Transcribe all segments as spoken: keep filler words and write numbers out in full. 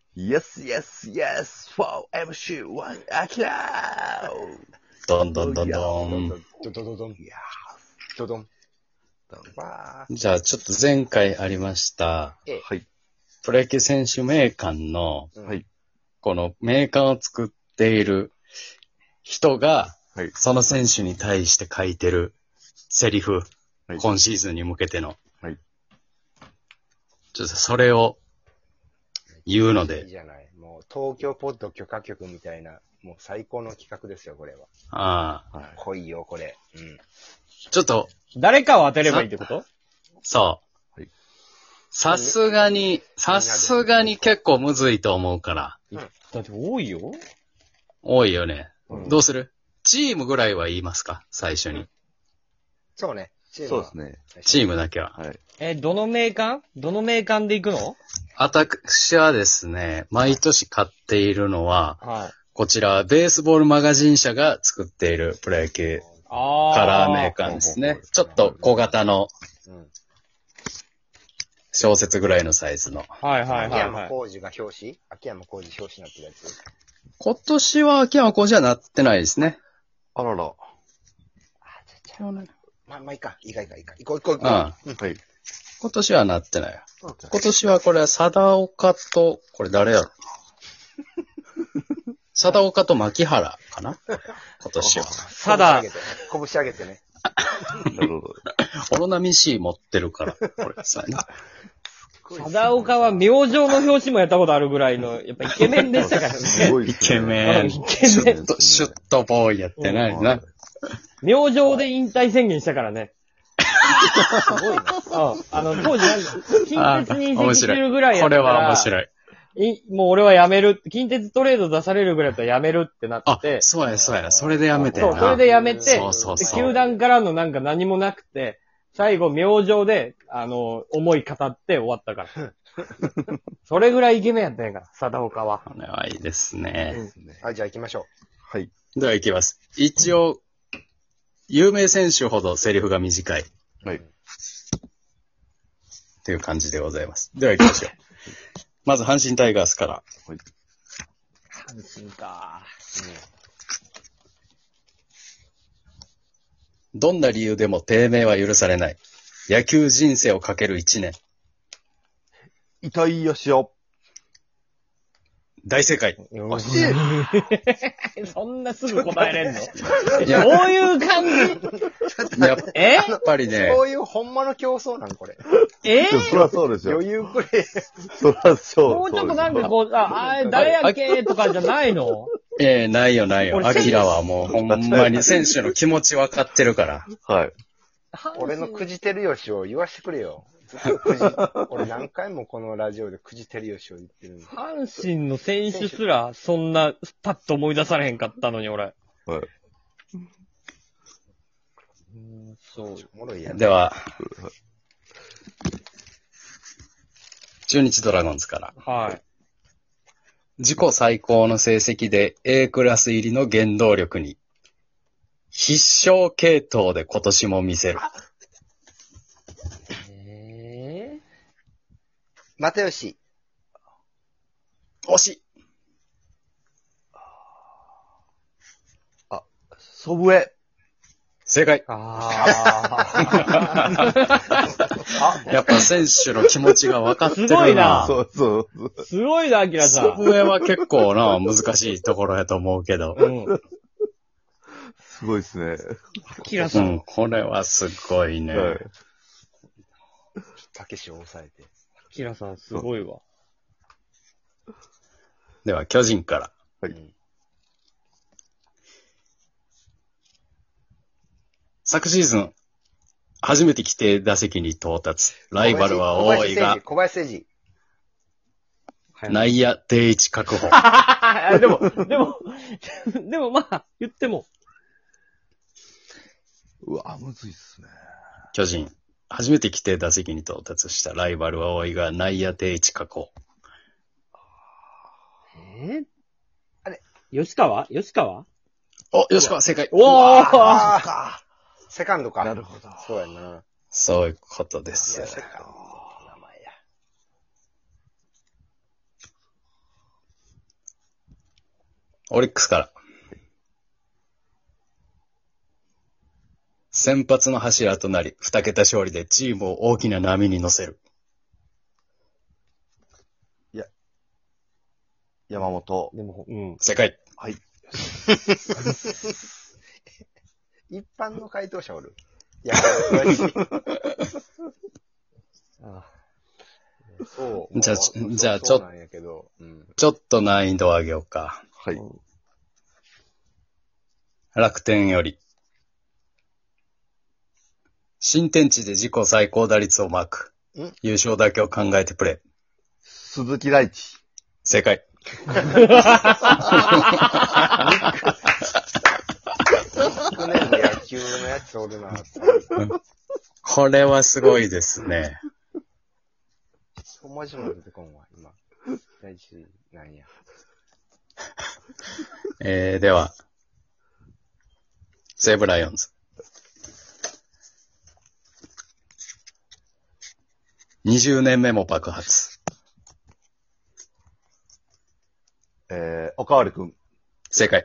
Yes, yes, yes, フォーエムシーワン アキラーどんどんどんどどんん。 どん、どどどどん。 いやどどん。 ーわー。 じゃあちょっと前回ありました、 えはい。 プロ野球選手名鑑の、 うんはい。 この名鑑を作っている人が、 はい。 その選手に対して書いてるセリフ、 はい。 今シーズンに向けての。 はい。 ちょっとそれを言うのいいで、 じゃない。もう、東京ポッド許可局みたいな、もう最高の企画ですよ、これは。 ああ、 はい。 濃いよ、これ。うん。 ちょっと、 誰かを当てればいいってこと？ そうはい。 さすがに、さすがに結構むずいと思うから。 だって多いよ。 多いよね。 うんどうする？チームぐらいは言いますか？最初に。 そうね。チームはそうですね。 チームだけは。 はい。 え、どの名鑑？どの名鑑で行くの？ 私はですね、毎年買っているのは、 はい。 こちら、ベースボールマガジン社が作っているプロ野球あー。 カラー名鑑ですね。ちょっと小型のうん。 小説ぐらいのサイズの。 はいはい秋はいはい。 山浩二が表紙秋山浩二表紙になってるやつ。 今年は秋山浩二はなってないですね。 あらら。 あ、ちゃちゃ。まあ、まあいいか。いいかいいかいいか。行こう行こう行こう。 うん。 はい。 今年はなってない。今年はこれは貞岡と、これ誰やろ貞岡と牧原かな今年は。 ただ、 拳上げてね。 なるほど。 オロナミシー持ってるから、これさ、ね。 貞岡は明星の表紙もやったことあるぐらいの、やっぱイケメンでしたからね。 すごいイケメン。 イケメンシュッと、シュッとボーイやってないうんな。 明星で引退宣言したからね。 すごいな。 うん。あの、当時なんか、近鉄に移籍するぐらいやこれったら、 は面白い。 いもう俺は辞める。近鉄トレード出されるぐらいだったら辞めるってなっあて、、 そうや、そうや。それでやめてんそう、 な。 それで辞めて、 そうそうでそう。 球団からのなんか何もなくて、最後、明星で、あの、思い語って終わったから。それぐらいイケメンやったんやから、貞岡は。 これはいいですね。 はい、じゃあ行きましょはい。 では行きます。一応、有名選手ほどセリフが短いはい。 という感じでございます。では行きましょう。まず、阪神タイガースから。 阪神か。 どんな理由でも低迷は許されない。野球人生をかける一年。 痛いよしお。 大正解。 よ惜しい。 そんなすぐ答えれんの？ いやどういう感じ？ やっえう。 ぱりね、 そういうほんまの競争なんこれ。 えそりゃそうでしょ。 余裕くれ。 そりゃそう。 もうちょっとなんかこう、あ、あ誰やっけとかじゃないの？ ええないよないよ。 俺アキラはもうほんまに選手の気持ち分かってるから。 はい。 俺のくじてるよしを言わしてくれよ。ずっとくじ、俺何回もこのラジオでくじてるよしを言ってるんで。 阪神の選手すら、そんな、パッと思い出されへんかったのに、俺。 はい。 うん、そう。 おもろいやつ。 では、中日ドラゴンズから。 はい。 自己最高の成績で A クラス入りの原動力に、必勝系統で今年も見せる。 え又吉。 惜しい。 祖父江。 正解。 ー、ああ。 やっぱ選手の気持ちが分かってるな。 すごいなそうそう。 すごいな、アキラさん。 上は結構な、難しいところやと思うけど。 うん。 すごいですね。 アキラさん。 うん、これはすごいね。 はい。 たけしを抑えて。 アキラさん、すごいわ。 では、巨人から。 はいうん昨シーズン、初めて規定打席に到達。ライバルは多いが、 小林誠司。 内野定位置確保。 でも、でも、でもまあ、言っても。 うわ、むずいっすね。 巨人、初めて規定打席に到達したライバルは多いが、内野定位置確保。 えあれ吉川吉川お、吉川正解。 おーああセカンドか。 なるほど。 そうやな。 そういうことです。 セカンドの名前や。 オリックスから。先発の柱となり、二桁勝利でチームを大きな波に乗せる。 山本。 でも、うん。 正解。 はい。 一般の回答者おる。いや、詳しい。 あそう。 じゃあまそうじゃあちょそうなんやけど、うん。 ちょっと難易度を上げようか。 はい。 楽天より。新天地で自己最高打率をマーク。 ん優勝だけを考えてプレー。 鈴木大地。 正解。 去年の野球のやつおるな。 これはすごいですね。 一文字も出てこんわ、今。大事なんや。 えー、では、西武ライオンズ。にじゅうねんめも爆発。 えー、おかわりくん。 正解。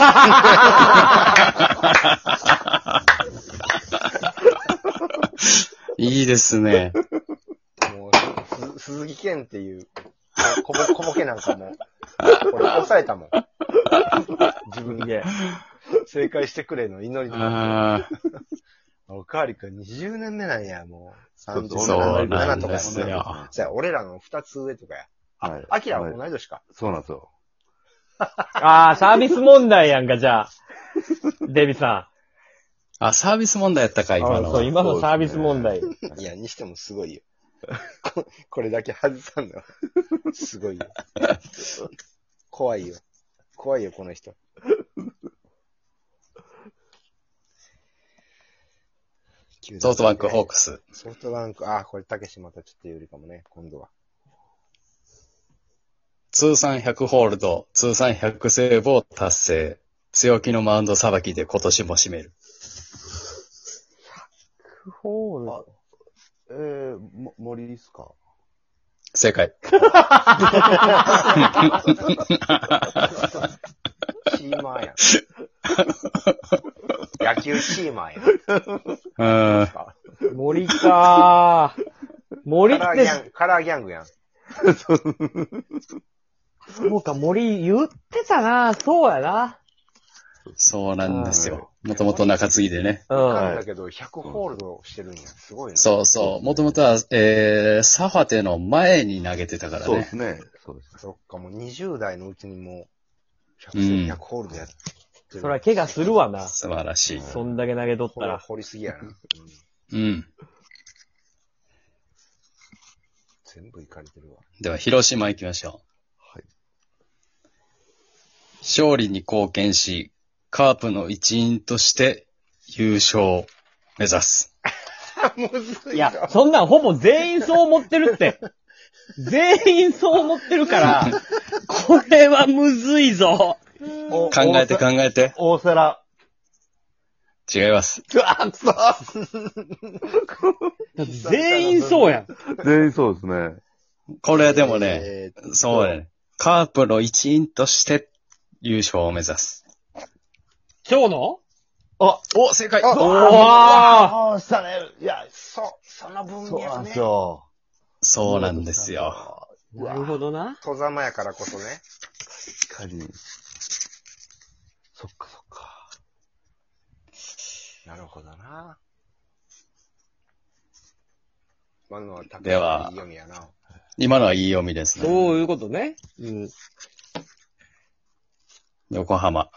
いいですね。 もう、す鈴木健っていう、小ぼ小ボケなんかも、これ抑えたもん。自分で。正解してくれの祈りとか。 あおかわりくんにじゅうねんめなんや、もう。さんじゅうそうなななんとかやですよ。 じゃあ、俺らの二つ上とかや。 はい。 アキラははい同い年か。 そうなんですよ。 あー、サービス問題やんか、じゃあ。デビさあ、サービス問題やったか、 ん。 今のあそう、 は。 今のサービス問題。 いや、にしてもすごいよ。ここれだけ外さんのは。すごいよ。怖いよ。怖いよ、この人。 ソフトバンクホークス。 ソフトバンク、あ、これ、たけしまたちょっと有利かもね、今度は。 通算ひゃくホールド、通算ひゃくセーブを達成。強気のマウンドさばきで今年も締める。 ホールあえー、も、森っすか？ 正解。 チーマーやん。野球チーマーやん。 うん。 森かー。森ってカラーギ、ャン、カラーギャングやん。 そうか、森言ってたな。そうやな。 そうなんですよ。もともと中継ぎでね。 うん。 なんだけど、ひゃくホールドしてるんや。すごいな。 そうそう。もともとは、えー、サファテの前に投げてたからねそうです。ね。そうです。 そっか、もうにじゅう代のうちにもう、ひゃく、 うんひゃくホールドやってる。 そりゃ怪我するわな。 素晴らしい。 そんだけ投げとったら。 これは掘りすぎやな。うん、 うん。 全部いかれてるわ。 では、広島行きましょう。 はい。 勝利に貢献し、カープの一員として優勝を目指す。 むずいや、そんなんほぼ全員そう思ってるって。全員そう思ってるから、これはむずいぞ。 考考えて考えて。 大瀬良。 違います。 うわ、くそ全員そうやん。 全員そうですね。 これでもね、 えーそうだね。カープの一員として優勝を目指す。 今日のあ、 お、正解。 あおーああ、したね。いや、 そう、その分そうなんです野ね。 よ。 そうなんですよ。 なるほどな。 戸ざまやからこそね。 確かに。そっかそっか。 なるほどな。今のは高いではいい読みやな。 今のはいい読みですね。 そういうことね。うん。 横浜。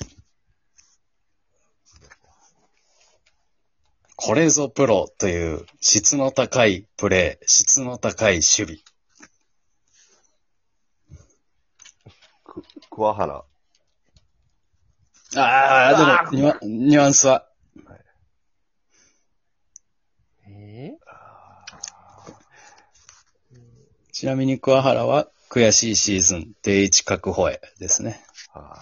これぞプロという質の高いプレー、質の高い守備。 く、桑原。 ああ、でもニュア、ニュアンスは。 えちなみに桑原は悔しいシーズン、定位置確保へですね。 あ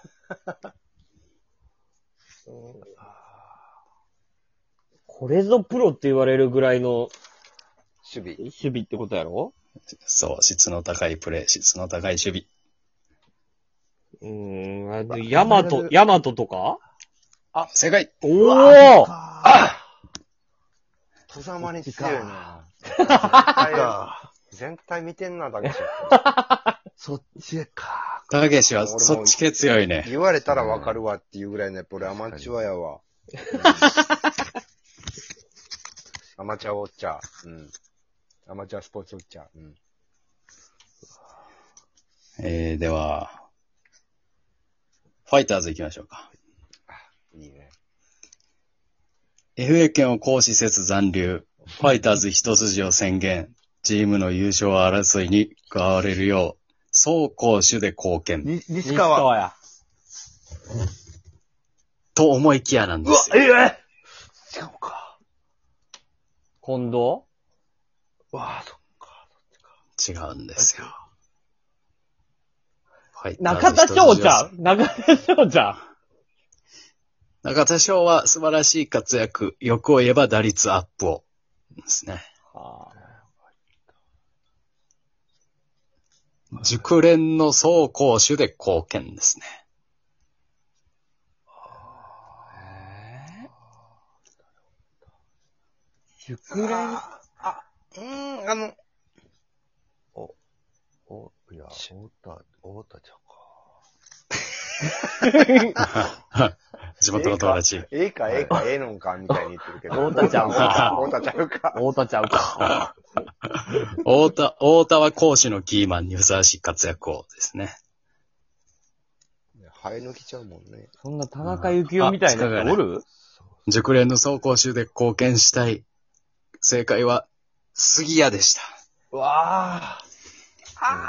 これぞプロって言われるぐらいの守備。 守備ってことやろ？ そう、質の高いプレー、質の高い守備。 うーん、あでヤマト、ヤマトとか正解。 おうわーあ戸様に強いな。 か。 全体見てんな、だけそっちか。 たけしはそっち系強いね。 言われたらわかるわっていうぐらいのやっぱ俺アマチュアやわ。アマチュアウォッチャー。うん。アマチュアスポーツウォッチャー。うん。 えー、では、ファイターズ行きましょうか。 いいね。 エフエー 権を行使せず残留。ファイターズ一筋を宣言。チームの優勝争いに加われるよう、走攻守で貢献。 に西西川。 川や。 と思いきやなんうわです、よ。 ええ違うか。 近藤うわそっか。 違うんですよ。ファイターズ中田翔ちゃん中田翔ちゃん中田翔は素晴らしい活躍。欲を言えば打率アップを。ですね。 はあ熟練の走攻守で貢献ですね。 熟練あ、あ、うーん、あの、 お、いや、太田、太田ちゃうか。 地元の友達。 ええか、ええか、ええのんか、みたいに言ってるけど。 太田ちゃんか太田ちゃうか。 太田ちゃうか。 太田、太田は攻守のキーマンにふさわしい活躍をですね。 生え抜きちゃうもんね。 そんな田中幸雄みたいな人おる熟練の走攻守で貢献したい。正解は、杉谷でした。 うわあ。